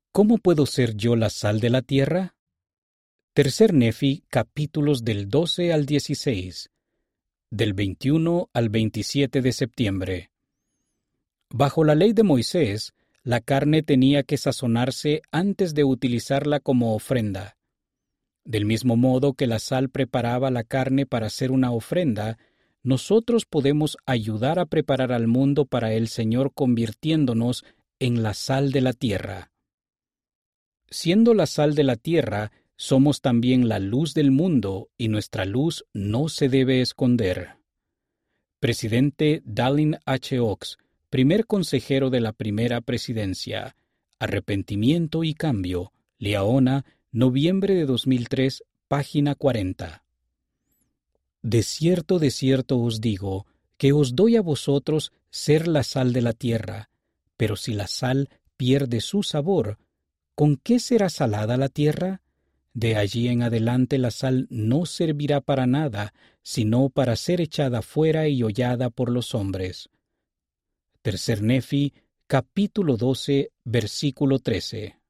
¿Cómo puedo ser yo la sal de la tierra? Tercer Nefi, capítulos del 12 al 16, del 21 al 27 de septiembre. Bajo la ley de Moisés, la carne tenía que sazonarse antes de utilizarla como ofrenda. Del mismo modo que la sal preparaba la carne para hacer una ofrenda, nosotros podemos ayudar a preparar al mundo para el Señor convirtiéndonos en la sal de la tierra. Siendo la sal de la tierra, somos también la luz del mundo y nuestra luz no se debe esconder. Presidente Dallin H. Oaks, primer consejero de la primera presidencia. Arrepentimiento y cambio. Liaona, noviembre de 2003, página 40. De cierto os digo, que os doy a vosotros ser la sal de la tierra, pero si la sal pierde su sabor, ¿con qué será salada la tierra? De allí en adelante la sal no servirá para nada, sino para ser echada fuera y hollada por los hombres. Tercer Nefi, capítulo 12, versículo 13.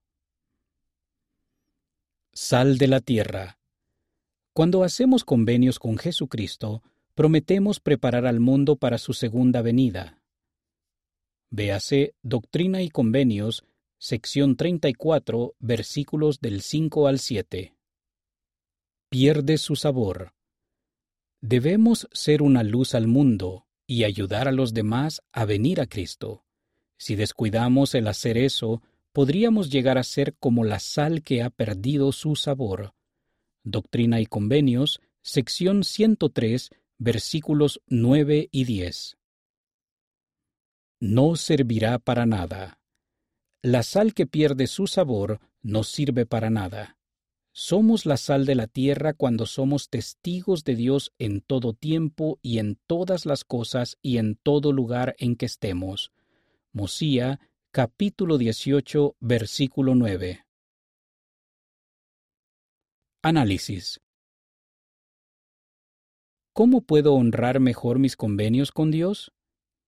Sal de la tierra. Cuando hacemos convenios con Jesucristo, prometemos preparar al mundo para su segunda venida. Véase Doctrina y Convenios, sección 34, versículos del 5 al 7. Pierde su sabor. Debemos ser una luz al mundo y ayudar a los demás a venir a Cristo. Si descuidamos el hacer eso, podríamos llegar a ser como la sal que ha perdido su sabor. Doctrina y Convenios, sección 103, versículos 9 y 10. No servirá para nada. La sal que pierde su sabor no sirve para nada. Somos la sal de la tierra cuando somos testigos de Dios en todo tiempo y en todas las cosas y en todo lugar en que estemos. Mosía, capítulo 18, versículo 9. Análisis. ¿Cómo puedo honrar mejor mis convenios con Dios?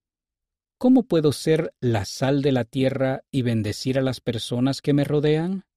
¿Cómo puedo ser la sal de la tierra y bendecir a las personas que me rodean?